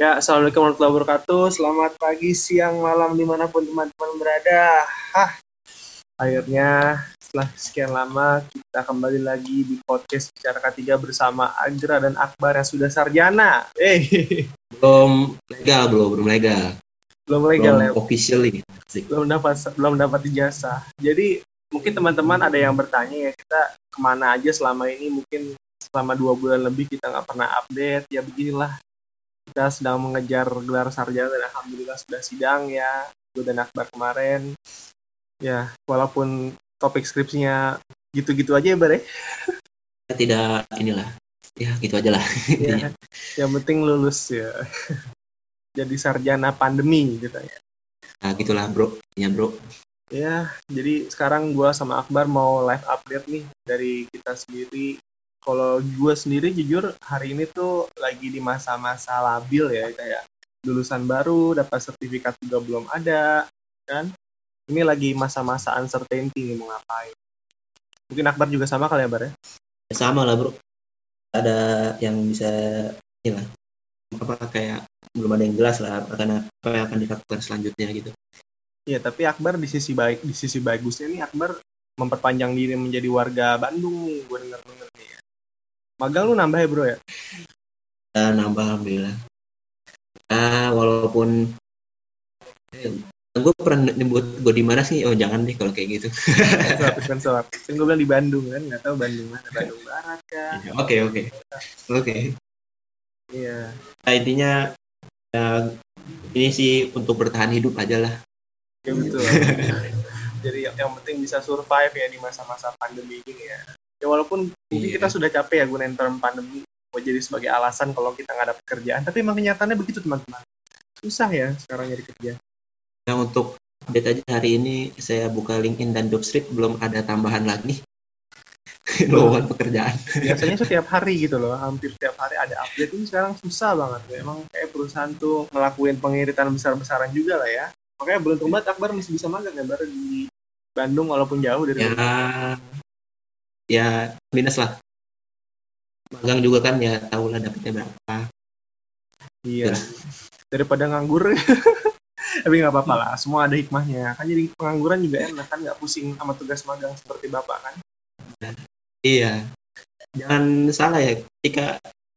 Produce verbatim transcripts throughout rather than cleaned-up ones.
Ya, Assalamualaikum warahmatullahi wabarakatuh. Selamat pagi, siang, malam, dimanapun teman-teman berada. Hah, akhirnya setelah sekian lama kita kembali lagi di podcast Bicara K tiga bersama Agra dan Akbar yang sudah sarjana. Eh, Belum legal bro, belum legal. belum legal ya. Belum officially. Belum dapat belum dapat ijazah. Jadi mungkin teman-teman ada yang bertanya ya, kita kemana aja selama ini? Mungkin selama dua bulan lebih kita nggak pernah update. Ya beginilah. Kita sedang mengejar gelar sarjana dan alhamdulillah sudah sidang ya. Gue dan Akbar kemarin. Ya, walaupun topik skripsinya gitu-gitu aja ya, Bar ya. Tidak inilah. Ya, gitu aja lah. Ya, yang penting lulus ya. Jadi sarjana pandemi gitu ya. Nah, gitulah bro. Ya bro. Ya, jadi sekarang gue sama Akbar mau live update nih dari kita sendiri. Kalau gue sendiri jujur hari ini tuh lagi di masa-masa labil ya, kayak lulusan baru, dapat sertifikat juga belum ada, kan? Ini lagi masa-masa uncertainty nih mau ngapain. Mungkin Akbar juga sama kali ya, Bar ya? Ya, sama lah bro. Ada yang bisa inilah. Apa kayak belum ada yang jelas lah akan apa yang akan dilakukan selanjutnya gitu. Iya, tapi Akbar di sisi baik, di sisi bagusnya nih Akbar memperpanjang diri menjadi warga Bandung nih, gue denger-denger nih ya. Magang lu nambah ya bro ya? Dan nambah alhamdulillah. Ah, walaupun eh, gue pernah nyebut gue di mana sih? Oh jangan deh kalau kayak gitu. Sensor, sensor. Kan gue bilang di Bandung kan, nggak tahu Bandung mana, Bandung Barat kan? Oke oke oke. Iya. Nah, intinya ya, ini sih untuk bertahan hidup aja lah. Ya betul. Jadi yang, yang penting bisa survive ya di masa-masa pandemi ini ya. Ya walaupun mungkin Iya. kita sudah capek ya gunain term pandemi buat jadi sebagai alasan kalau kita nggak dapat kerjaan. Tapi emang kenyataannya begitu teman-teman. Susah ya sekarang nyari kerja. Nah, untuk update aja hari ini saya buka LinkedIn dan Jobstreet belum ada tambahan lagi lowongan pekerjaan. Biasanya setiap hari gitu loh, hampir setiap hari ada update. Ini sekarang susah banget. Emang kayak perusahaan tuh ngelakuin pengiritan besar-besaran juga lah ya. Makanya beruntung banget Akbar masih bisa magang ya baru di Bandung walaupun jauh dari Ya, ya minus lah. Magang juga kan ya tahu lah dapetnya berapa. Iya. Daripada nganggur. Tapi nggak apa-apa lah, semua ada hikmahnya. Kan jadi pengangguran juga enak kan, nggak pusing sama tugas magang seperti Bapak kan. Iya. Jangan salah ya, ketika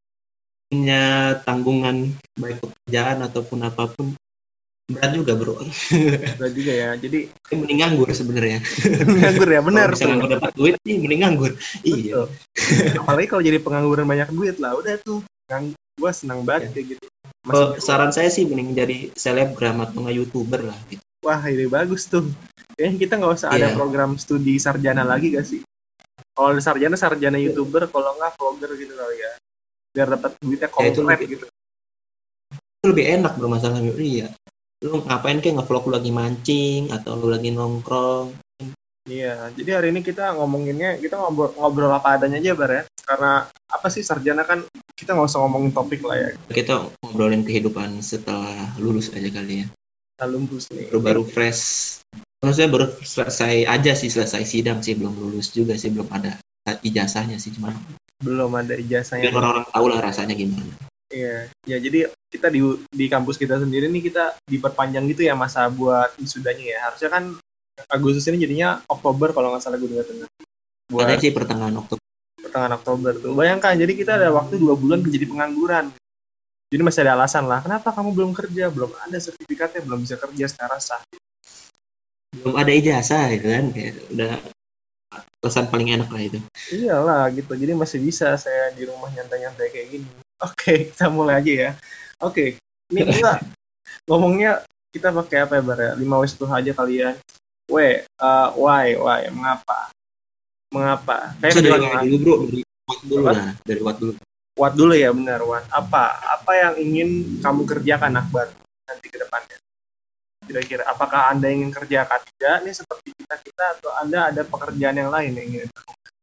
punya tanggungan baik pekerjaan ataupun apapun berat juga bro. Berat juga ya. Jadi Mending nganggur sebenarnya. nganggur ya, benar. Kalau bisa nganggur dapat duit nih mending nganggur. Iya. Apalagi kalau jadi pengangguran banyak duit lah, udah tuh. Ngang, gue senang banget kayak gitu. Kalau saran saya sih mending jadi selebgram atau nggak youtuber lah gitu. Wah, ide bagus tuh. Kayaknya kita nggak usah ada Iya. program studi sarjana lagi gak sih? Kalau ada sarjana, sarjana youtuber, kalau nggak vlogger gitu kali ya. Biar dapat duitnya Ya, itu konkret lebih- gitu. Itu lebih enak bro masalahnya. Iya. Lu ngapain kayak nge-vlog lu lagi mancing atau lu lagi nongkrong. Iya, jadi hari ini kita ngomonginnya, kita ngobrol, ngobrol apa adanya aja Bar ya. Karena apa sih sarjana kan, kita nggak usah ngomongin topik lah ya. Kita ngobrolin kehidupan setelah lulus aja kali ya. Kita lumpus nih. Baru baru fresh. Maksudnya baru selesai aja sih, selesai sidang sih, belum lulus juga sih, belum ada ijazahnya sih, cuma Belum ada ijazahnya. biar orang-orang tahu lah rasanya gimana. Iya, ya jadi kita di di kampus kita sendiri nih kita diperpanjang gitu ya masa buat wisudanya ya. Harusnya kan Agustus ini jadinya Oktober kalau nggak salah gue dengar. Buat Katanya sih pertengahan Oktober. pertengahan Oktober tuh. Bayangkan, jadi kita ada waktu dua bulan menjadi pengangguran. Jadi masih ada alasan lah, kenapa kamu belum kerja, belum ada sertifikatnya, belum bisa kerja secara sah. Belum ada ijazah gitu kan, kayak udah alasan paling enak lah itu. Iyalah gitu, jadi masih bisa saya di rumah nyantai-nyantai kayak gini. Oke, kita mulai aja ya. Oke, ini kita ngomongnya kita pakai apa ya Bar ya? lima W satu aja kalian. W, uh, why, why, mengapa? Mengapa? Kayak Dari kedua dulu bro, dari what dulu Apa? lah, dari what dulu. What dulu ya, benar What. Apa? Apa yang ingin kamu kerjakan Akbar nanti ke depannya? Kira-kira apakah Anda ingin kerja K tiga nih seperti kita-kita atau Anda ada pekerjaan yang lain yang ingin?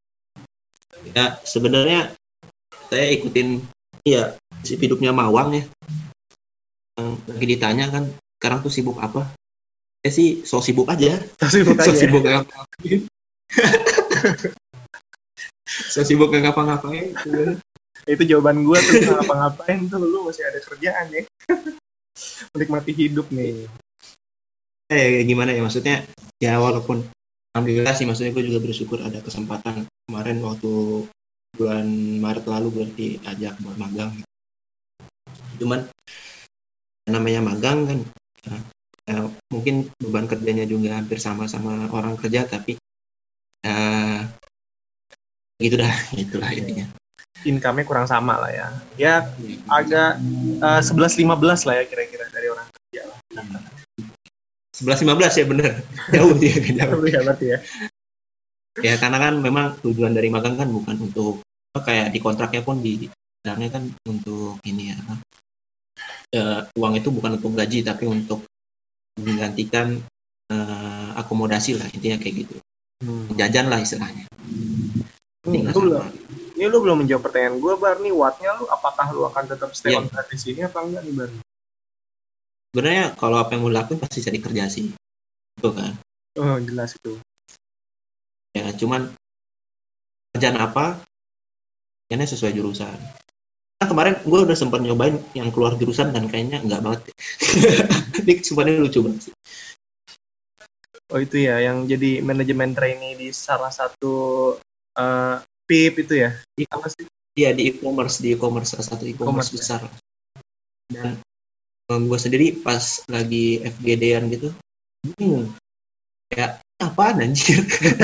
Ya sebenarnya saya ikutin ya si hidupnya Mawang ya. Yang lagi ditanya kan sekarang tuh sibuk apa? Saya sih so sibuk aja. So sibuk So aja. sibuk nggak ngapain. So sibuk nggak ngapa-ngapain. Itu jawaban gue tuh, nggak ngapa-ngapain tuh, lu masih ada kerjaan ya. Menikmati hidup nih. Eh gimana ya maksudnya, ya walaupun alhamdulillah sih, maksudnya gue juga bersyukur ada kesempatan kemarin waktu bulan Maret lalu gue diajak buat magang. Cuman namanya magang kan, ya, mungkin beban kerjanya juga hampir sama-sama orang kerja, tapi ya gitu dah, itulah intinya. Income-nya kurang sama lah ya. Ya agak uh, sebelas lima belas lah ya kira-kira dari orang kerja lah. sebelas lima belas ya bener. Jauh dia jauh. Ya berarti ya. Ya karena kan memang tujuan dari magang kan bukan untuk, kayak di kontraknya pun di bilangnya kan untuk ini ya, uh, uang itu bukan untuk gaji tapi untuk menggantikan uh, akomodasi lah, intinya kayak gitu. Hmm. Jajan lah istilahnya. Hmm, lu belum, ini lu belum menjawab pertanyaan gue, Bar, nih wattnya lu apakah lu akan tetap stay yeah. on track di sini apa enggak nih, Bar? Sebenarnya kalau apa yang mau lakuin pasti cari kerja sih, itu kan. Oh jelas itu. Ya cuman kerjaan apa, kayaknya sesuai jurusan. Nah, kemarin gue udah sempat nyobain yang keluar jurusan dan kayaknya enggak banget. Ini sebenarnya lucu banget sih. Oh itu ya, yang jadi manajemen trainee di salah satu uh, P I P itu ya? Di apa sih? Iya di e-commerce, di e-commerce salah satu e-commerce, e-commerce besar. Ya. Dan gue sendiri pas lagi F G D-an gitu, hmm, kayak apaan anjir?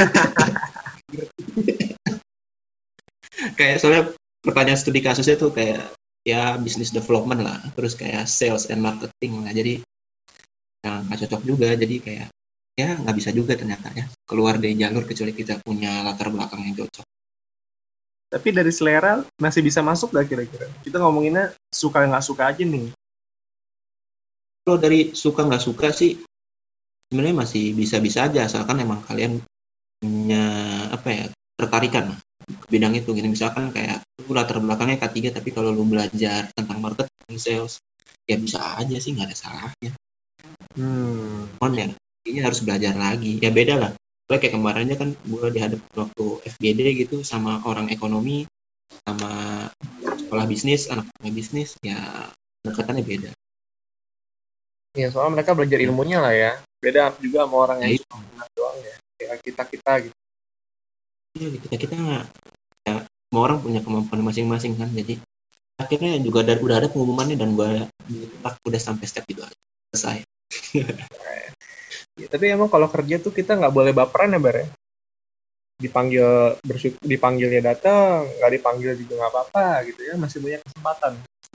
Kayak soalnya pertanyaan studi kasusnya tuh kayak ya business development lah, terus kayak sales and marketing lah, jadi yang nggak cocok juga, jadi kayak ya nggak bisa juga ternyata ya keluar dari jalur kecuali kita punya latar belakang yang cocok. Tapi dari selera masih bisa masuk gak kira-kira? Kita ngomonginnya suka nggak suka aja nih. Kalau dari suka nggak suka sih sebenarnya masih bisa-bisa aja, asalkan emang kalian punya apa ya tertarikan lah ke bidang itu gitu. Misalkan kayak lu latar belakangnya K tiga tapi kalau lu belajar tentang marketing, sales, ya bisa aja sih, nggak ada salahnya. Hmm. Cuman ya ini harus belajar lagi, ya beda lah. Kayak kemarinnya kan gue dihadap waktu F G D gitu sama orang ekonomi, sama sekolah bisnis, anak sekolah bisnis, ya pendekatannya beda. Ya soalnya mereka belajar ilmunya lah ya, beda juga sama orang yang cuma ya, doang ya, kayak kita kita gitu. Iya kita kita nggak, ya semua orang punya kemampuan masing-masing kan, jadi akhirnya juga ada, udah ada pengumumannya dan gue udah sampai step itu aja selesai. Ya, tapi emang kalau kerja tuh kita nggak boleh baperan ya, Bar ya? Dipanggil bersyukur, dipanggilnya datang, nggak dipanggil juga nggak apa-apa gitu ya, masih banyak kesempatan.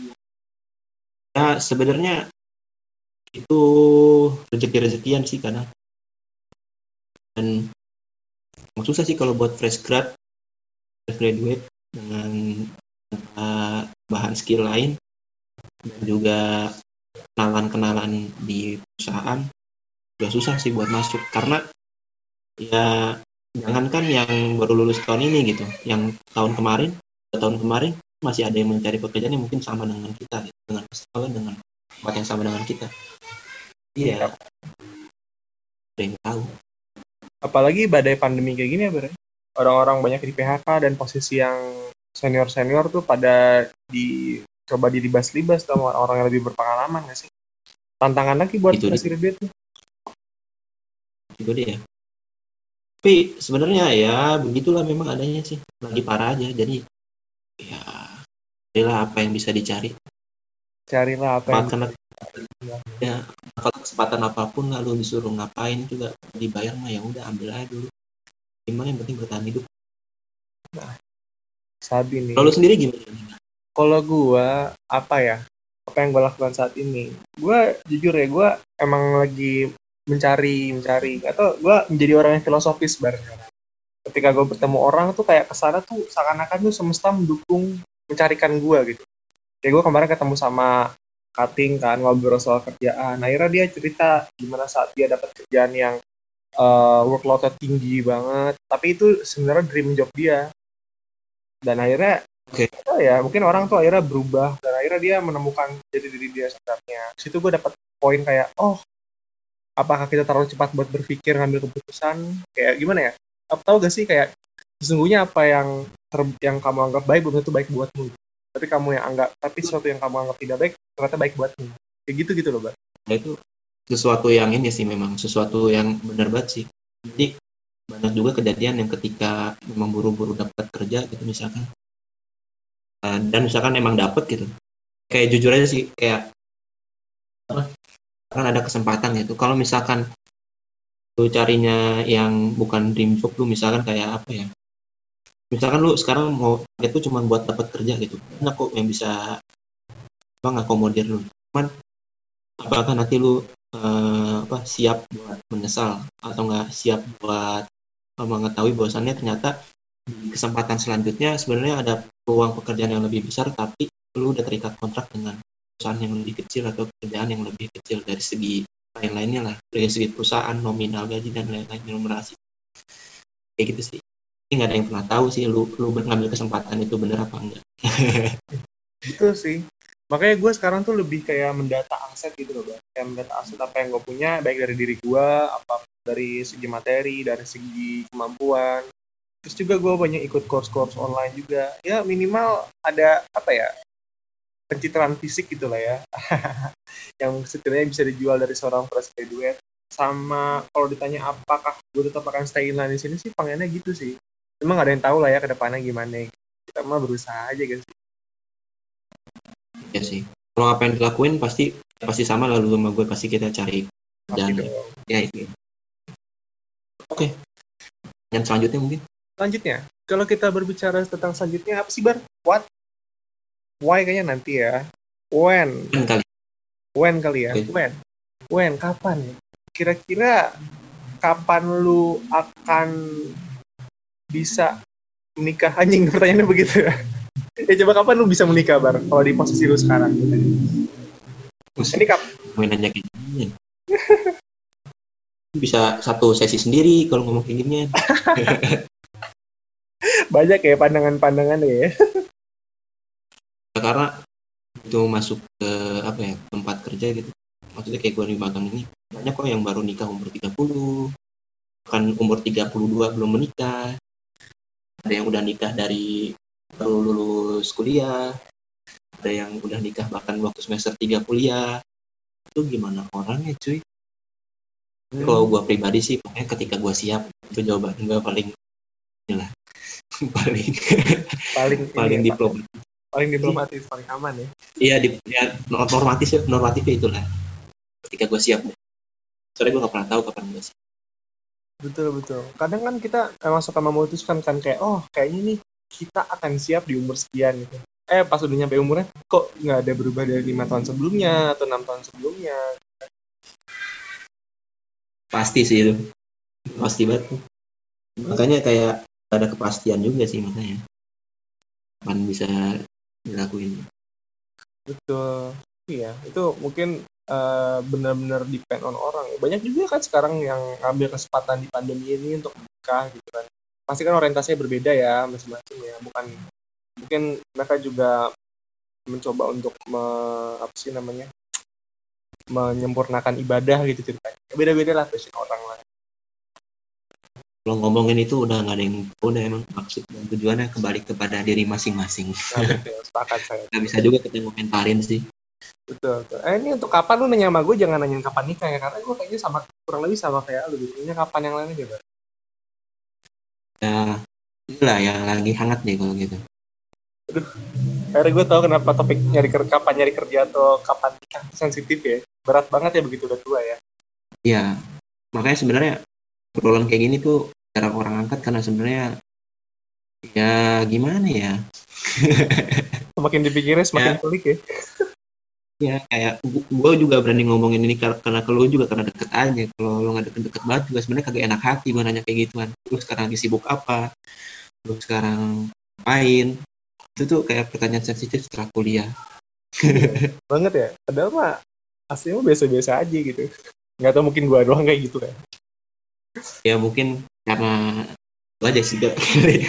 Ya sebenarnya itu rezeki-rezekian sih kadang, dan susah sih kalau buat fresh grad, fresh graduate dengan uh, bahan skill lain dan juga kenalan-kenalan di perusahaan, udah susah sih buat masuk, karena ya jangankan yang baru lulus tahun ini gitu, yang tahun kemarin, tahun kemarin masih ada yang mencari pekerjaan yang mungkin sama dengan kita, gitu, dengan persoalan dengan tempat yang sama dengan kita. Iya, ada yang tahu. Apalagi badai pandemi kayak gini ya, Bar. Orang-orang banyak di P H K dan posisi yang senior-senior tuh pada di coba dilibas-libas sama orang yang lebih berpengalaman nggak sih? Tantangan lagi buat kasih duit tuh. Itu dia. Tapi sebenarnya ya begitulah memang adanya sih, lagi parah aja, jadi ya carilah apa yang bisa dicari. Carilah apa yang karena ya kalau kesempatan apapun lalu disuruh ngapain juga dibayar mah ya udah ambil aja dulu. Gimana yang penting bertahan hidup. Nah, sabi nih. Kalau sendiri gimana? Kalau gua apa ya? Apa yang gua lakukan saat ini? Gua jujur ya, gua emang lagi mencari mencari atau gua menjadi orang yang filosofis bareng. Ketika gua bertemu orang tuh kayak kesana tuh seakan-akan tuh semesta mendukung mencarikan gua gitu. Ya gua kemarin ketemu sama Kating kan, ngobrol soal kerjaan. Nah, akhirnya dia cerita gimana saat dia dapat kerjaan yang uh, workload-nya tinggi banget, tapi itu sebenarnya dream job dia. Dan akhirnya okay. oh ya mungkin orang tuh akhirnya berubah dan akhirnya dia menemukan jadi diri dia sebenarnya. Situ gue dapat poin kayak, oh apakah kita terlalu cepat buat berpikir ngambil keputusan, kayak gimana ya? Apa tahu gak sih kayak sesungguhnya apa yang ter, yang kamu anggap baik belum tentu baik buatmu. tapi kamu yang anggap tapi sesuatu yang kamu anggap tidak baik ternyata baik buatmu, kayak gitu gitu loh Bang. Nah, itu sesuatu yang ini sih, memang sesuatu yang benar banget sih. Jadi banyak juga kejadian yang ketika memang buru-buru dapat kerja gitu misalkan, uh, dan misalkan emang dapat gitu, kayak jujur aja sih, kayak apa, kan ada kesempatan gitu. Kalau misalkan lu carinya yang bukan dream job lu, misalkan kayak apa ya, misalkan lu sekarang mau itu cuma buat dapat kerja gitu, banyak kok yang bisa bang akomodir lu. Cuman apakah nanti lu uh, apa siap buat menyesal atau nggak siap buat uh, mengetahui bahwasannya ternyata di kesempatan selanjutnya sebenarnya ada peluang pekerjaan yang lebih besar, tapi lu udah terikat kontrak dengan perusahaan yang lebih kecil atau pekerjaan yang lebih kecil dari segi lain-lainnya lah, dari segi perusahaan, nominal gaji dan lain-lain, remunerasi, kayak gitu sih. Ini nggak ada yang pernah tahu sih lu lu ngambil kesempatan itu bener apa enggak. Betul sih, makanya gue sekarang tuh lebih kayak mendata aset gitu loh Bang, kayak mendata aset apa yang gue punya, baik dari diri gue, apa dari segi materi, dari segi kemampuan. Terus juga gue banyak ikut course-course online juga, ya minimal ada apa ya, pencitraan fisik gitu lah ya yang setidaknya bisa dijual dari seorang fresh graduate. Sama kalau ditanya apakah gue tetap akan stay in line di sini sih, pengennya gitu sih, emang gak ada yang tahu lah ya ke depannya gimana, kita mah berusaha aja guys. Ya sih, kalau apa yang dilakuin pasti pasti sama, lalu sama gue pasti kita cari kerjaan ya itu. Oke, yang selanjutnya mungkin selanjutnya kalau kita berbicara tentang selanjutnya apa sih Bar? What? Why kayaknya nanti ya. When? When kali. When kali ya. Okay. When? When? Kapan? Kira-kira kapan lu akan bisa menikah? Anjing, pertanyaannya begitu ya. Ya coba kapan lu bisa menikah Bar? Kalau di posisi lu sekarang. Ini kapan? Gue nanya kayak gini. Bisa satu sesi sendiri kalau ngomong kayak gini. Banyak ya pandangan-pandangan ya. Karena itu masuk ke apa ya, tempat kerja gitu, maksudnya kayak gue di Batam ini banyak kok yang baru nikah umur tiga puluh, kan umur tiga puluh dua belum menikah, ada yang udah nikah dari baru lulus kuliah, ada yang udah nikah bahkan waktu semester tiga kuliah. Itu gimana orangnya cuy? Hmm. Kalau gue pribadi sih pokoknya ketika gue siap, itu jawaban gue paling inilah paling paling paling ya, diplomatis, paling diplomatis, paling aman ya. Iya, di, ya normatif normatifnya itulah. Ketika gue siap, soalnya gue nggak pernah tahu kapan gue siap. Betul betul. Kadang kan kita emang suka memutuskan kan kayak oh kayaknya nih kita akan siap di umur sekian gitu. Eh pas udah nyampe umurnya kok nggak ada berubah dari lima tahun sebelumnya atau enam tahun sebelumnya. Pasti sih itu, pasti banget. Makanya kayak ada kepastian juga sih makanya. Kapan bisa dilakuin. Betul. Iya, itu mungkin uh, benar-benar depend on orang. Banyak juga kan sekarang yang ngambil kesempatan di pandemi ini untuk menikah gitu kan. Pasti kan orientasinya berbeda ya masing-masing ya. Bukan mungkin mereka juga mencoba untuk me, apa sih namanya? menyempurnakan ibadah gitu ceritanya. Beda-beda lah passion orang lah. Kalau ngomongin itu udah nggak ada yang udah emang maksud dan tujuannya kembali kepada diri masing-masing. Nah, betul, sepakat saya. Nggak bisa juga kita ngomentarin sih. Betul, betul. Eh, ini untuk kapan lu nanya sama gue, jangan nanyain kapan nikah ya, karena gue kayaknya sama kurang lebih sama kayak lu. Ini kapan yang lainnya juga? Ya, inilah yang lagi hangat nih kalau gitu. Aduh, akhirnya gue tau kenapa topik nyari kerja, kapan nyari kerja atau kapan nikah sensitif ya. Berat banget ya begitu udah tua ya. Iya, makanya sebenarnya obrolan kayak gini tuh jarang orang angkat karena sebenarnya ya gimana ya. Semakin dipikirnya semakin pelik ya. Ya kayak gue juga berani ngomongin ini karena kalau juga karena deket aja. Kalau lo nggak deket-deket banget juga sebenarnya kagak enak hati gue nanya kayak gituan. Lu sekarang lagi sibuk apa? Lu sekarang ngapain? Itu tuh kayak pertanyaan sensitif setelah kuliah. Iya, banget ya. Padahal mah aslinya biasa-biasa aja gitu. Nggak tahu mungkin gue doang kayak gitu kan. Ya mungkin karena gue aja sih gak.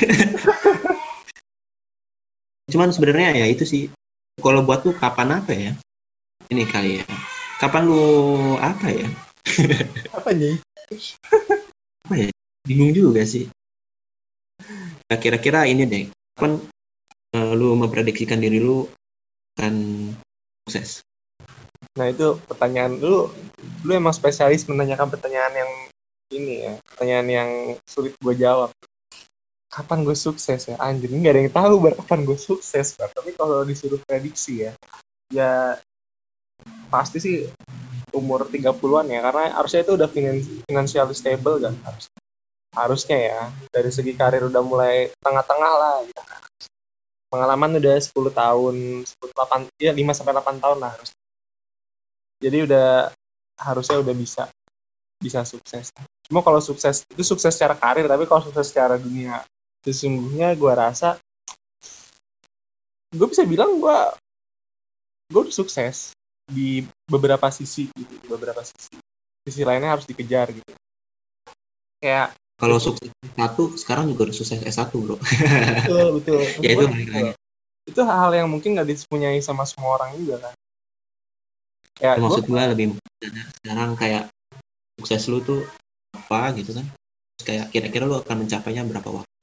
Cuman sebenarnya ya itu sih. Kalau buat lu kapan apa ya? Ini kali ya. Kapan lu apa ya? Apa nih? Apa ya? Bingung juga sih. Nah, kira-kira ini deh. Kapan uh, lu memprediksikan diri lu akan sukses? Nah itu pertanyaan lu, lu emang spesialis menanyakan pertanyaan yang ini ya, pertanyaan yang sulit gue jawab. Kapan gue sukses ya? Anjir, ini gak ada yang tahu bar kapan gue sukses, bar. Tapi kalau disuruh prediksi ya, ya pasti sih umur tiga puluhan ya, karena harusnya itu udah financial stable kan, harus harusnya ya, dari segi karir udah mulai tengah-tengah lah gitu kan. Pengalaman udah sepuluh tahun, sepuluh delapan ya lima sampai delapan tahun lah harus. Jadi udah harusnya udah bisa bisa sukses. Cuma kalau sukses itu sukses secara karir, tapi kalau sukses secara dunia sesungguhnya gue rasa gue bisa bilang gue gue udah sukses di beberapa sisi gitu, di beberapa sisi. Sisi lainnya harus dikejar gitu. Kayak kalau sukses S satu sekarang juga udah sukses S satu, bro. Betul, betul. Ya itu betul. Itu hal yang mungkin nggak dipunyai sama semua orang juga kan. Ya, maksud gue lebih sekarang kayak sukses lu tuh apa gitu kan. Kayak kira-kira lu akan mencapainya berapa waktu?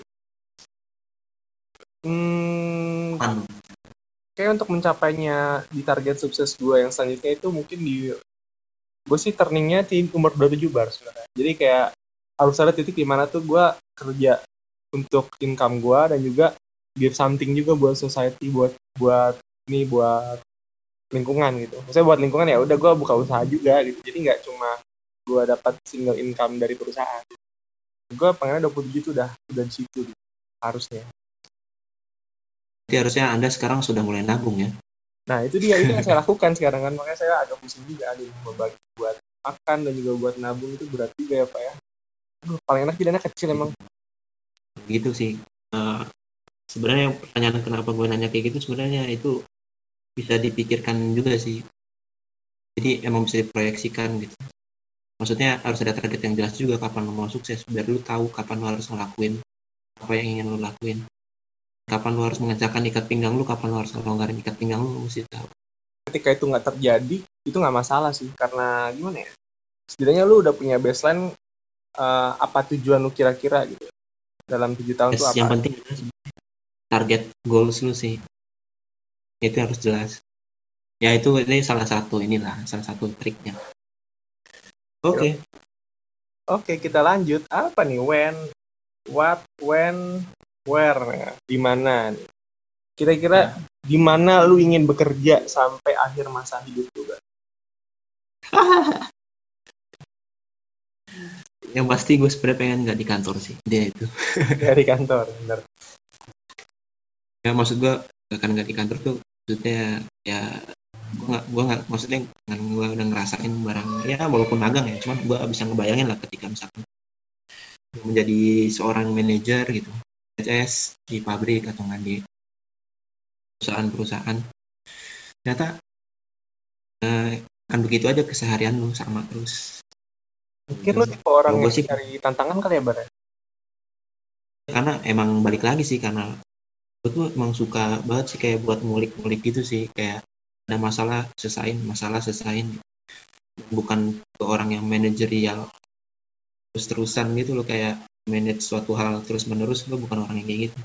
Hmm, kayak untuk mencapainya di target sukses gue yang selanjutnya itu mungkin di gue sih turningnya di umur dua puluh tujuh bar sebenarnya. Jadi kayak harus ada titik di mana tuh gue kerja untuk income gue dan juga give something juga buat society, buat buat ini buat lingkungan gitu. Maksudnya buat lingkungan ya udah gue buka usaha juga gitu. Jadi nggak cuma gue dapat single income dari perusahaan. Gue pengennya dua puluh tujuh itu udah udah di situ gitu. Harusnya. Jadi harusnya Anda sekarang sudah mulai nabung ya. Nah itu dia, itu yang saya lakukan sekarang kan, makanya saya agak pusing juga, aduh berbagi buat makan dan juga buat nabung itu berat juga ya Pak ya. Aduh, paling enak dana kecil emang. Gitu sih. Uh, sebenarnya pertanyaan kenapa gue nanya kayak gitu sebenarnya itu bisa dipikirkan juga sih. Jadi emang bisa diproyeksikan gitu. Maksudnya harus ada target yang jelas juga kapan lo mau sukses, biar lu tahu kapan lo harus ngelakuin apa yang ingin lo lakuin. Kapan lo harus mengencangkan ikat pinggang lu, kapan lo harus melonggarin ikat pinggang lu, lu mesti tahu. Ketika itu nggak terjadi, itu nggak masalah sih, karena gimana ya, setidaknya lu udah punya baseline uh, apa tujuan lu kira-kira gitu dalam tujuh tahun yes, itu apa. Yang penting target goals lu sih, itu harus jelas. Ya itu ini salah satu inilah, salah satu triknya. Oke. Okay. Oke, okay, kita lanjut. Apa nih? When, what, when, where, di mana? Kira-kira di mana lu ingin bekerja sampai akhir masa hidup lu? Yang pasti gue sebenarnya pengen nggak di kantor sih, dia itu. Nggak di kantor, benar. Ya maksud gue akan nggak di kantor tuh, maksudnya ya gue nggak gue nggak maksudnya gue udah ngerasain barang ya walaupun magang ya, cuman gue bisa ngebayangin lah ketika misalkan menjadi seorang manajer gitu, H S di pabrik atau nggak di perusahaan-perusahaan, ternyata eh, kan begitu aja keseharian lu sama terus. Mungkin lu tipe orang yang sih cari tantangan kali ya, Bar? Karena emang balik lagi sih, karena gue tuh emang suka banget sih kayak buat ngulik-ngulik gitu sih, kayak ada masalah selesain, masalah selesain. Bukan ke orang yang manajerial terus-terusan gitu loh, kayak manage suatu hal terus-menerus, gue bukan orang yang kayak gitu.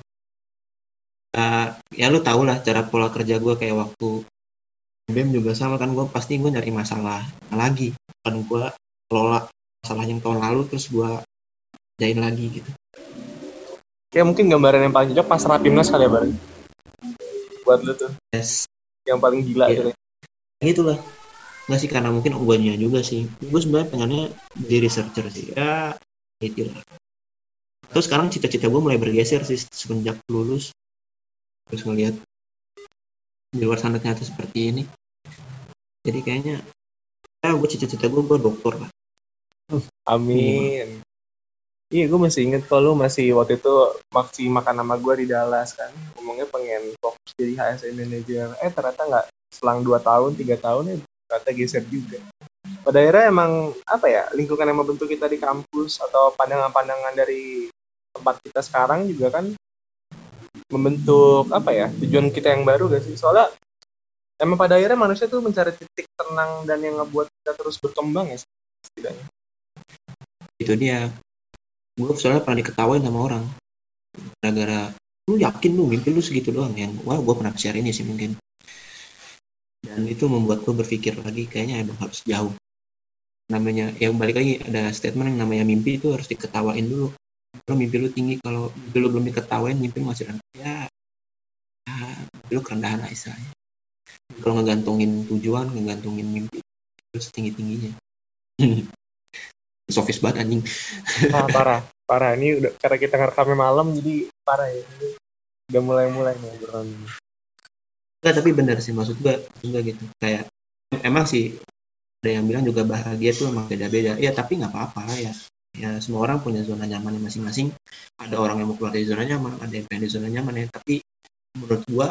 Uh, ya lu tau lah cara pola kerja gue, kayak waktu B E M juga sama kan, gue pasti gue nyari masalah lagi, kan gue kelola masalah yang tahun lalu terus gue jain lagi gitu. Kayak mungkin gambaran yang paling cocok pas Rapimnas kali ya, Bar? Buat lu tuh. Yes. Yang paling gila yeah. Gitu. Gitu lah. Nggak sih, karena mungkin guanya juga sih. Gue sebenarnya pengennya di researcher sih. Ya, gitu lah. Terus sekarang cita-cita gue mulai bergeser sih semenjak lulus. Terus ngeliat di luar sana ternyata seperti ini. Jadi kayaknya, ya gue cita-cita gue, gue dokter lah. Amin. Iya, gue masih inget kalau lu masih waktu itu masih makan sama gue di Dallas kan. Ngomongnya pengen fokus jadi H S M manager. Eh ternyata nggak, selang dua tahun, tiga tahun ya ternyata geser juga. Pada akhirnya emang apa ya, lingkungan yang membentuk kita di kampus atau pandangan-pandangan dari tempat kita sekarang juga kan membentuk apa ya, tujuan kita yang baru gak sih? Soalnya emang pada akhirnya manusia tuh mencari titik tenang dan yang ngebuat kita terus berkembang ya setidaknya. Itu dia. Gue soalnya pernah diketawain sama orang gara-gara lu yakin lu mimpi lu segitu doang? Yang wah gue pernah share ini sih mungkin, dan itu membuat gue berpikir lagi kayaknya emang harus jauh. Namanya ya balik lagi ada statement yang namanya mimpi itu harus diketawain dulu. Kalau mimpi lu tinggi, kalau mimpi lu belum diketawain, mimpi lu masih rendah ya, ya mimpi lu kerendahan lah istilahnya. Kalau ngegantungin tujuan, ngegantungin mimpi terus tinggi tingginya. Sofis banget anjing. Wah, parah parah ini udah karena kita ngerekamnya malam jadi parah ya, ini udah mulai-mulai nih obrolan ini. Enggak, tapi benar sih maksud gue juga gitu. Kayak emang sih ada yang bilang juga bahagia tuh emang beda-beda. Ya tapi nggak apa-apa ya. Ya semua orang punya zona nyaman masing-masing. Ada orang yang mau keluar dari zona nyaman, ada yang pengen di zona nyaman ya. Tapi menurut gua,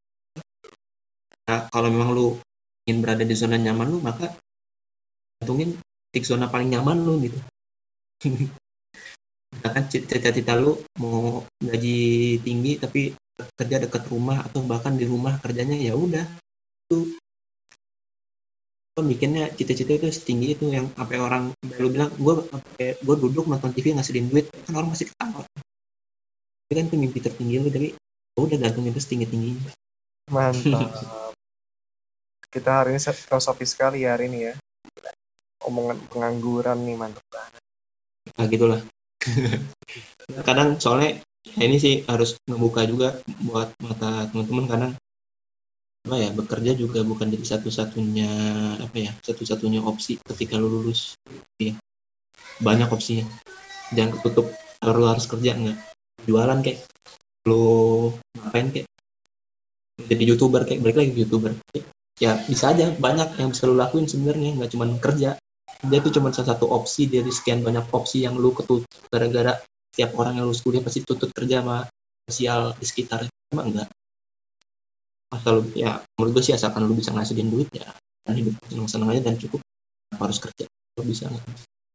nah, kalau memang lu ingin berada di zona nyaman lu, maka gantungin titik zona paling nyaman lu gitu. Misalkan cita-cita lu mau gaji tinggi tapi kerja dekat rumah atau bahkan di rumah kerjanya, ya udah tuh lo bikinnya cita-cita itu setinggi itu yang sampai orang lu bilang gue sampai gue duduk nonton T V ngasihin duit kan orang masih ketawa. Itu kan tuh mimpi tertinggi lu, tapi ya udah gantungin itu setinggi tingginya. Mantap. Kita hari ini filosofis sekali ya hari ini ya. Omongan pengangguran nih, mantap banget. Nah gitulah. Kadang soalnya ya ini sih harus ngebuka juga buat mata teman-teman, kadang apa ya, bekerja juga bukan jadi satu-satunya apa ya satu-satunya opsi ketika lu lulus ya. Banyak opsinya, jangan ketutup kalau lu harus kerja, enggak jualan kayak lu ngapain kayak jadi youtuber kayak balik lagi youtuber ya bisa aja, banyak yang bisa lu lakuin sebenarnya, nggak cuma kerja. Dia itu cuma salah satu opsi dari sekian banyak opsi yang lu ketutup gara-gara tiap orang yang lulus kuliah pasti tuntut kerja sama sosial di sekitar. Emang enggak, asal lu ya menurut gue sih asalkan lu bisa ngasihin duit ya dan hidup senang-senang aja dan cukup, harus kerja lu bisa nggak.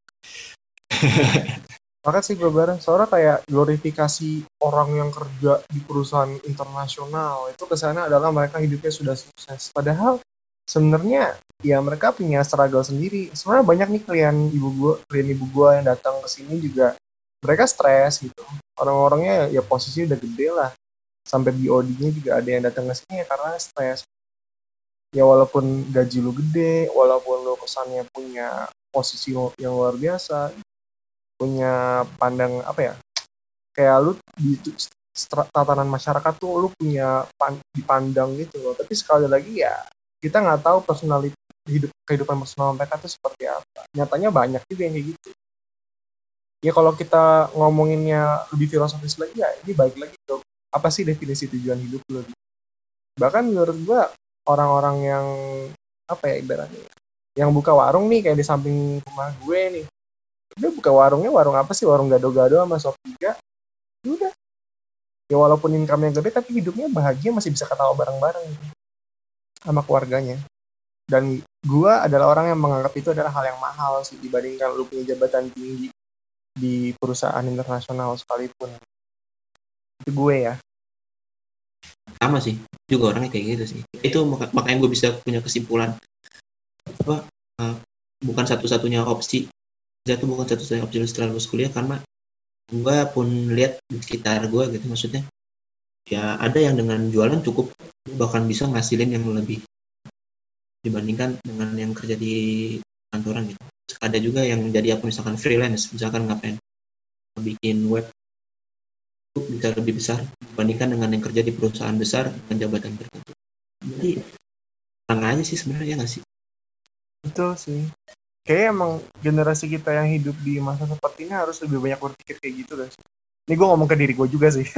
Maka sih gue bareng, soalnya kayak glorifikasi orang yang kerja di perusahaan internasional itu kesannya adalah mereka hidupnya sudah sukses. Padahal sebenarnya ya mereka punya struggle sendiri. Sebenarnya banyak nih klien ibu gue, klien ibu gue yang datang ke sini juga mereka stres gitu. Orang-orangnya ya posisi udah gede lah. Sampai B O D-nya juga ada yang datang ke sini ya karena stres. Ya walaupun gaji lu gede, walaupun lu kesannya punya posisi yang luar biasa, punya pandang apa ya, kayak lu di tatanan masyarakat tuh lu punya pan, dipandang gitu loh. Tapi sekali lagi ya kita nggak tahu personality hidup kehidupan personal mereka tuh seperti apa. Nyatanya banyak juga yang kayak gitu. Ya kalau kita ngomonginnya lebih filosofis lagi ya ini baik lagi tuh, apa sih definisi tujuan hidup lu? Bahkan menurut gua orang-orang yang apa ya ibaratnya yang buka warung nih kayak di samping rumah gue nih, udah buka warungnya warung apa sih, warung gado-gado sama sop tiga, udah ya walaupun income-nya gede tapi hidupnya bahagia, masih bisa ketawa bareng-bareng gitu sama keluarganya. Dan gua adalah orang yang menganggap itu adalah hal yang mahal sih dibandingkan lu punya jabatan tinggi di perusahaan internasional sekalipun. Itu gue ya. Sama sih juga orangnya kayak gitu sih. Itu makanya gue bisa punya kesimpulan apa uh, bukan satu-satunya opsi jatuh bukan satu-satunya opsi setelah lulus kuliah, karena gue pun lihat di sekitar gue gitu, maksudnya ya ada yang dengan jualan cukup bahkan bisa ngasilin yang lebih dibandingkan dengan yang kerja di kantoran gitu. Ada juga yang jadi apa misalkan freelance, misalkan ngapain bikin web itu bisa lebih besar dibandingkan dengan yang kerja di perusahaan besar dengan jabatan tertentu. Jadi tenang aja sih sebenarnya, nggak sih? Betul sih. Kayaknya emang generasi kita yang hidup di masa seperti ini harus lebih banyak berpikir kayak gitu guys. Ini gue ngomong ke diri gue juga sih.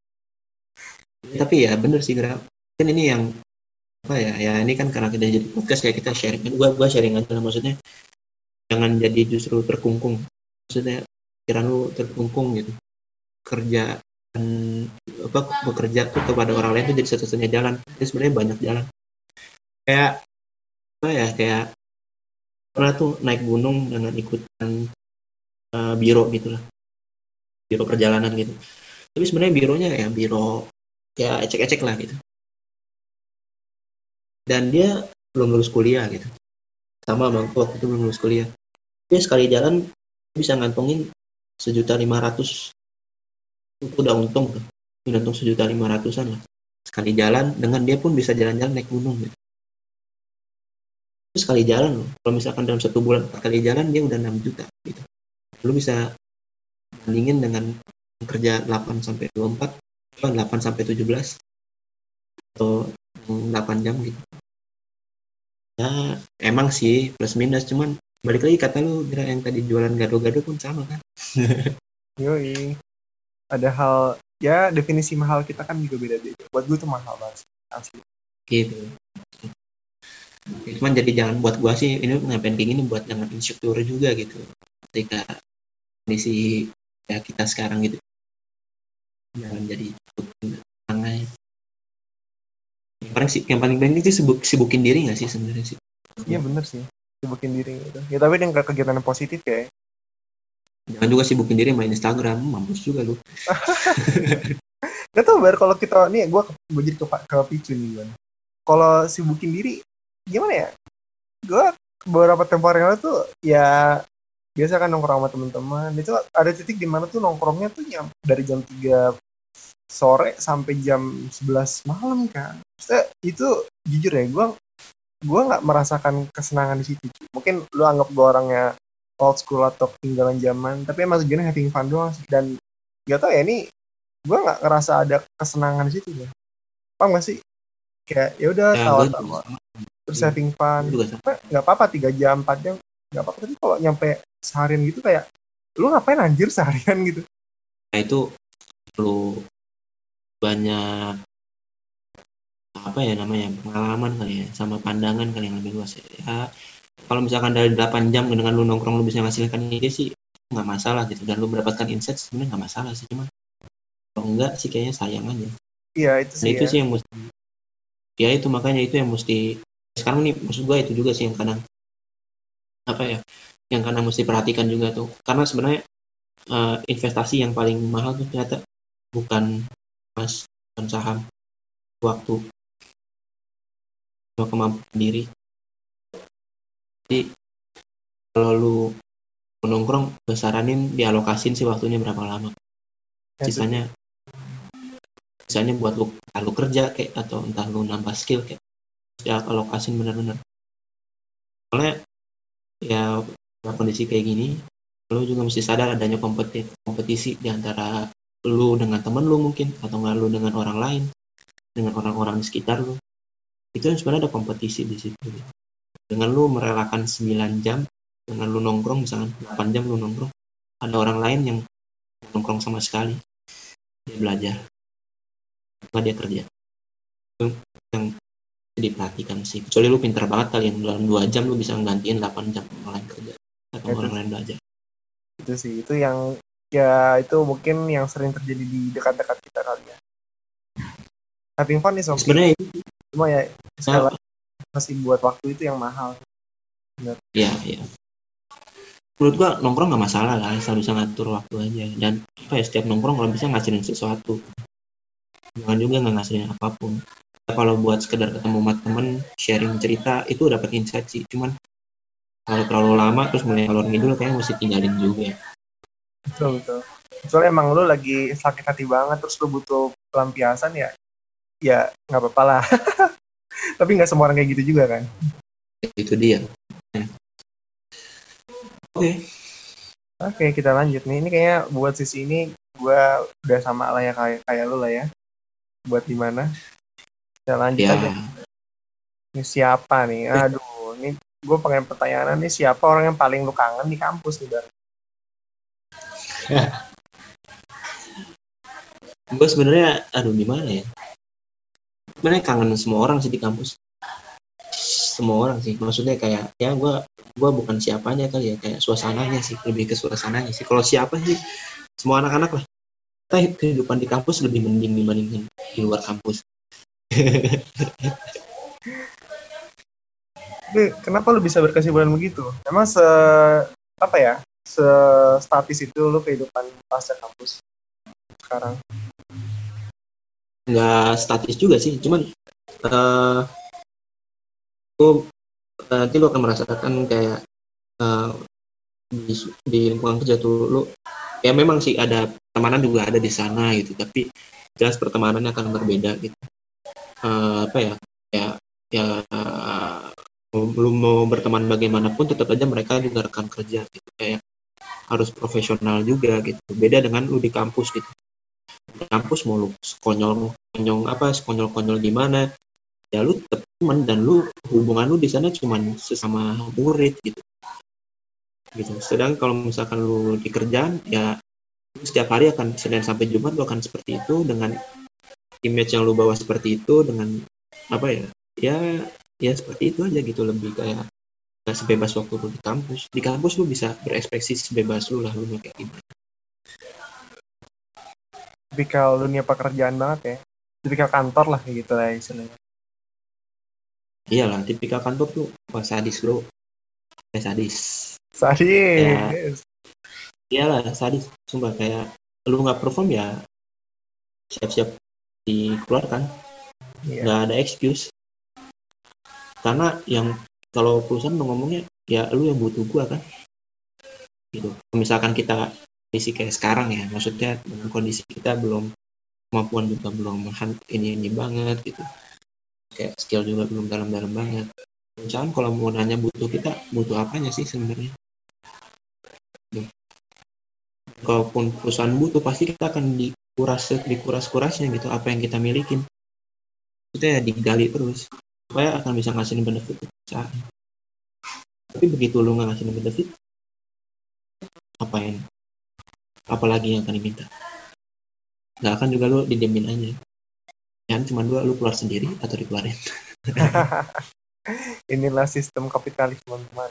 Tapi ya bener sih Gra. Kan ini yang apa ya? Ya ini kan karena kita jadi podcast kayak kita sharing. Gua gua sharing aja lah, maksudnya jangan jadi justru terkungkung. Maksudnya pikiran lu terkungkung gitu. Kerja dan apa bekerja tuh kepada orang lain itu jadi satu-satunya jalan. Jadi sebenarnya banyak jalan. Kayak apa ya? Kayak pernah tuh naik gunung dengan ikutan uh, biro gitu lah. Biro perjalanan gitu. Tapi sebenarnya bironya ya biro ya ecek-ecek lah gitu. Dan dia belum lulus kuliah gitu. Sama bang waktu itu belum lulus kuliah. Dia sekali jalan bisa ngantongin sejuta lima ratus, itu udah untung tuh. udah untung sejuta lima ratusan lah sekali jalan, dengan dia pun bisa jalan-jalan naik gunung gitu. Itu sekali jalan loh, kalau misalkan dalam satu bulan empat kali jalan dia udah enam juta gitu. Lu bisa bandingin dengan kerja delapan sampai dua puluh empat, delapan sampai tujuh belas atau delapan jam gitu. Ya emang sih plus minus, cuman balik lagi kata lu kira yang tadi jualan gado-gado pun sama kan. Yoi. Ada hal, ya definisi mahal kita kan juga beda-beda. Buat gue tuh mahal banget asli. Gitu. Cuman jadi jangan buat gua sih ini ngapain kayak gini, buat jangan insecure juga gitu ketika kondisi ya kita sekarang gitu, jangan jadi tangan. Yang paling sih, yang paling penting sih sibuk, sibukin diri nggak sih sebenarnya sih. Iya bener sih, sibukin diri gitu. Ya tapi dengan kegiatan yang positif ya. Jangan juga sibukin diri main Instagram, mampus juga lu. Gak tau Bar, kalau kita nih gue gue jadi ke ke picu nih kan. Kalau sibukin diri gimana ya? Gue beberapa tempo yang lalu tuh ya biasa kan nongkrong sama teman-teman. Itu ada titik di mana tuh nongkrongnya tuh yang dari jam tiga sore sampai jam sebelas malam kan. Maksudnya itu jujur ya, gue gue nggak merasakan kesenangan di situ. Mungkin lu anggap gue orangnya old school atau ketinggalan zaman, tapi emang tujuannya having fun doang sih. Dan gak tau ya, ini gue nggak ngerasa ada kesenangan di situ ya. Paham gak sih? Kayak ya udah Ya, tawa-tawa terus Iya. having fun, juga sama. nggak apa-apa tiga jam empat jam nggak apa-apa, tapi kalau nyampe seharian gitu kayak lu ngapain anjir seharian gitu. Nah itu perlu banyak apa ya namanya, pengalaman kali ya, sama pandangan kali yang lebih luas ya. Ya, kalau misalkan dari delapan jam dengan lu nongkrong lu bisa menghasilkan ide sih nggak masalah gitu, dan lu mendapatkan insight sebenarnya nggak masalah sih, cuman kalau enggak sih kayaknya sayang aja. Iya itu Dan sih itu ya. sih yang mesti, ya itu makanya itu yang mesti sekarang nih, maksud gua itu juga sih yang kadang apa ya, yang kadang mesti perhatikan juga tuh, karena sebenarnya eh, investasi yang paling mahal tuh ternyata bukan emas, bukan saham, waktu, atau kemampuan diri. Jadi kalau lu menongkrong, gue saranin dialokasin sih waktunya berapa lama. Ya, itu Sisanya sisanya buat lu, entah lu kerja kayak atau entah lu nambah skill kayak, ya alokasin benar-benar. Soalnya ya dalam kondisi kayak gini, lu juga mesti sadar adanya kompetisi, kompetisi di antara lu dengan temen lu mungkin, atau nggak lu dengan orang lain, dengan orang-orang di sekitar lu. Itu yang sebenarnya ada kompetisi di situ. Dengan lu merelakan sembilan jam, dengan lu nongkrong misalkan delapan jam lu nongkrong, ada orang lain yang nongkrong sama sekali, dia belajar, nggak dia kerja. Itu yang diperhatikan sih. Kecuali lu pintar banget kali yang dalam dua jam lu bisa nggantiin delapan jam orang lain kerja atau Itu orang lain belajar. itu sih itu yang ya itu mungkin yang sering terjadi di dekat-dekat kita kali ya. Having fun is okay, Sebenarnya cuma ya sekali nah, lagi masih buat waktu itu yang mahal. ya ya menurut gua nongkrong nggak masalah lah, asal bisa ngatur waktu aja, dan apa ya, setiap nongkrong kalau bisa ngasilin sesuatu, jangan juga nggak ngasilin apapun. Ya, kalau buat sekedar ketemu sama temen, sharing cerita, itu dapat insight sih, cuman kalau terlalu lama terus mulai ngalor ngidul kayaknya mesti tinggalin juga. Betul betul. Soalnya emang lu lagi sakit hati banget terus lu butuh pelampiasan ya, ya nggak apa-apa lah. Tapi nggak semua orang kayak gitu juga kan. Itu dia. Ya. Oke. Okay. Oke kita lanjut nih. Ini kayaknya buat sisi ini gue udah sama lah ya kayak kayak lu lah ya. Buat di mana? Kita lanjut Ya. aja. Ini siapa nih? Aduh, ini gue pengen pertanyaan nih, siapa orang yang paling lu kangen di kampus nih, Bar? Gue sebenarnya, aduh gimana ya? Sebenarnya kangen semua orang sih di kampus. Semua orang sih. Maksudnya kayak ya gue gue bukan siapanya kali ya, kayak suasananya sih, lebih ke suasananya sih. Kalau siapa sih? Semua anak-anak lah. Kita kehidupan di kampus lebih mending dibandingkan di luar kampus. Kenapa lu bisa berkesimpulan begitu? Emang se apa ya? Se statis itu lu kehidupan pasca kampus sekarang? Nggak statis juga sih, cuman uh, lu, nanti lu akan merasakan kayak uh, di, di lingkungan kerja tuh lu, ya memang sih ada pertemanan juga ada di sana gitu, tapi jelas pertemanannya akan berbeda gitu. Uh, apa ya ya ya uh, belum mau berteman bagaimanapun tetap aja mereka juga rekan kerja gitu, kayak harus profesional juga gitu. Beda dengan lu di kampus gitu. Di kampus mau lu konyol konyol apa konyol konyol gimana, ya lu tetap teman dan lu hubungan lu di sana cuman sesama murid gitu. Gitu. Sedang kalau misalkan lu di kerjaan ya setiap hari akan Senin sampai Jumat lu akan seperti itu dengan image yang lu bawa seperti itu dengan apa ya ya ya seperti itu aja gitu, lebih kayak nggak sebebas waktu lu di kampus. Di kampus lu bisa berekspresi sebebas lu lah, lu mau kayak gimana. Tipikal dunia pekerjaan banget ya, tipikal kantor lah kayak gitu lah istilahnya. Iyalah, tipikal kantor tuh wah sadis bro, eh sadis. Sadis. Ya, iyalah sadis, sumpah kayak lu nggak perform ya siap-siap dikeluarkan, Iya. nggak ada excuse. Karena yang kalau perusahaan ngomongnya ya lu yang butuh gua kan, gitu. Misalkan kita kondisi kayak sekarang ya, maksudnya dengan kondisi kita belum kemampuan juga belum ini ini banget gitu, kayak skill juga belum dalam-dalam banget. Misalkan kalau mau nanya butuh kita butuh apanya sih sebenarnya? Kalaupun perusahaan butuh pasti kita akan dikuras dikuras-kurasnya gitu, apa yang kita milikin itu ya digali terus supaya akan bisa ngasihin benefit ke perusahaan. Tapi begitu lu nggak ngasihin benefit, apa yang apalagi yang akan diminta? Nggak akan juga, lu didemin aja kan, cuma dua, lu keluar sendiri atau dikeluarin. Inilah sistem kapitalis teman-teman.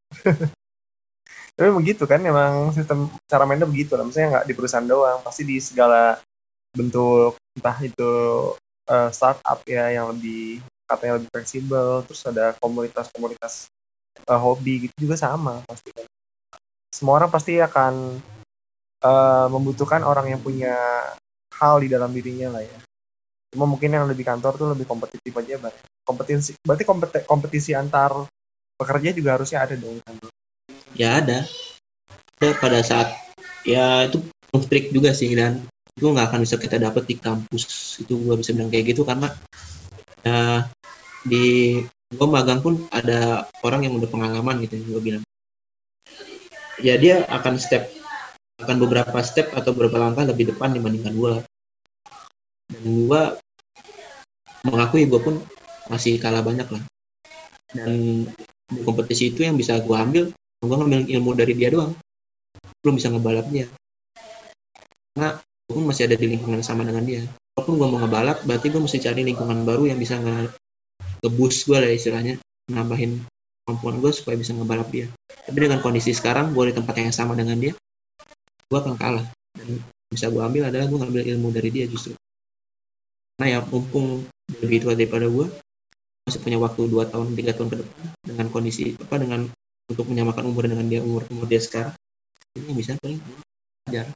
Tapi begitu kan, memang sistem cara mainnya begitu lah. Maksudnya nggak di perusahaan doang, pasti di segala bentuk, entah itu uh, startup ya yang lebih katanya lebih fleksibel, terus ada komunitas-komunitas uh, hobi gitu juga sama pasti kan. Semua orang pasti akan uh, membutuhkan orang yang punya hal di dalam dirinya lah ya. Cuma mungkin yang lebih kantor tuh lebih kompetitif aja, Bang. Kompetisi, berarti kompeti, kompetisi antar pekerja juga harusnya ada dong kantor. Ya ada. Ya, pada saat ya itu trik juga sih, dan itu nggak akan bisa kita dapat di kampus. Itu gue bisa bilang kayak gitu karena ya, di gue magang pun ada orang yang udah pengalaman gitu, gue bilang ya dia akan step akan beberapa step atau beberapa langkah lebih depan dibandingkan gue, dan gue mengakui gue pun masih kalah banyak lah. Dan di kompetisi itu yang bisa gue ambil, gue ngambil ilmu dari dia doang, belum bisa ngebalap dia karena gue pun masih ada di lingkungan sama dengan dia. Walaupun gue mau ngebalap, berarti gue mesti cari lingkungan baru yang bisa nge-boost gue lah istilahnya, nambahin kemampuan gue supaya bisa ngebalap dia. Tapi dengan kondisi sekarang gue di tempat yang sama dengan dia, gue akan kalah. Dan bisa gue ambil adalah gue ngambil ilmu dari dia justru. Nah ya mumpung lebih tua daripada gue, masih punya waktu dua tahun tiga tahun ke depan dengan kondisi apa dengan untuk menyamakan umur dengan dia, umur umur dia sekarang, ini bisa paling ajar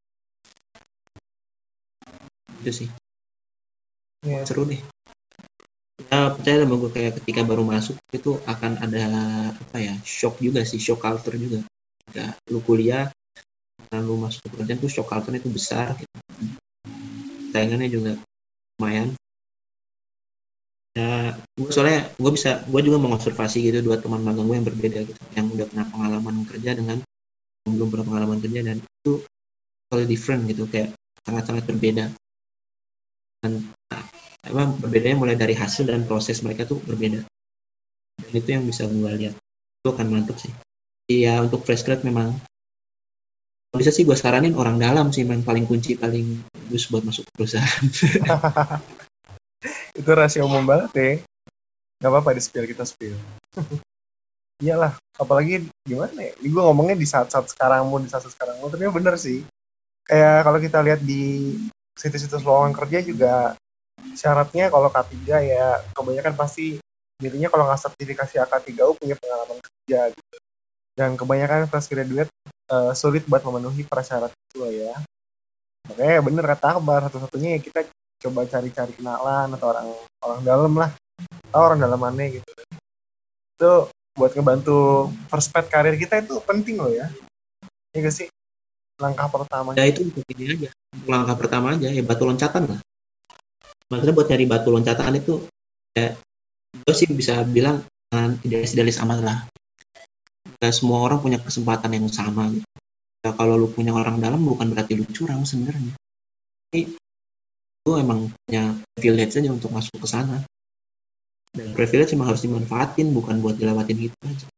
itu sih. Yeah. Seru deh ya, percaya sama gue, kayak ketika baru masuk itu akan ada apa ya, shock juga sih, shock culture juga. Ketika lu kuliah dan lu masuk ke pekerjaan tuh shock culture itu besar gitu. Saingannya juga lumayan ya. Gue soalnya gue bisa gue juga mengobservasi gitu dua teman magang gue yang berbeda gitu, yang udah pernah pengalaman kerja dengan yang belum pernah pengalaman kerja, dan itu totally different gitu, kayak sangat-sangat berbeda. Dan nah, emang berbedanya mulai dari hasil dan proses mereka tuh berbeda, dan itu yang bisa gue lihat itu akan mantap sih. Iya, untuk fresh grad memang bisa sih gue saranin orang dalam sih yang paling kunci, paling bagus buat masuk perusahaan. Itu rahasia umum banget ya, nggak apa-apa di spill, kita spill. Iyalah, apalagi gimana ya, ini gue ngomongnya di saat-saat sekarang mau di saat sekarang mau, tapi bener sih, kayak kalau kita lihat di situs-situs lowongan kerja juga syaratnya kalau K tiga ya kebanyakan pasti dirinya kalau nggak sertifikasi A K tiga U punya pengalaman kerja gitu. Dan kebanyakan fresh graduate uh, sulit buat memenuhi persyarat itu ya. Makanya bener kata Akbar, satu-satunya ya kita coba cari-cari kenalan atau orang orang dalam lah, atau orang dalam mana gitu. Itu buat ngebantu first path karir kita itu penting loh ya. Iya gak sih? Langkah pertama. Ya itu untuk ini aja, langkah pertama aja ya, batu loncatan lah. maksudnya buat nyari batu loncatan itu ya gue sih bisa bilang jangan idealis-idealis amat lah. Gak semua orang punya kesempatan yang sama gitu. Ya, kalau lu punya orang dalam bukan berarti lu curang sebenarnya. Tapi lu emang punya privilege aja untuk masuk ke sana. Dan privilege emang harus dimanfaatin, bukan buat dilewatin gitu aja.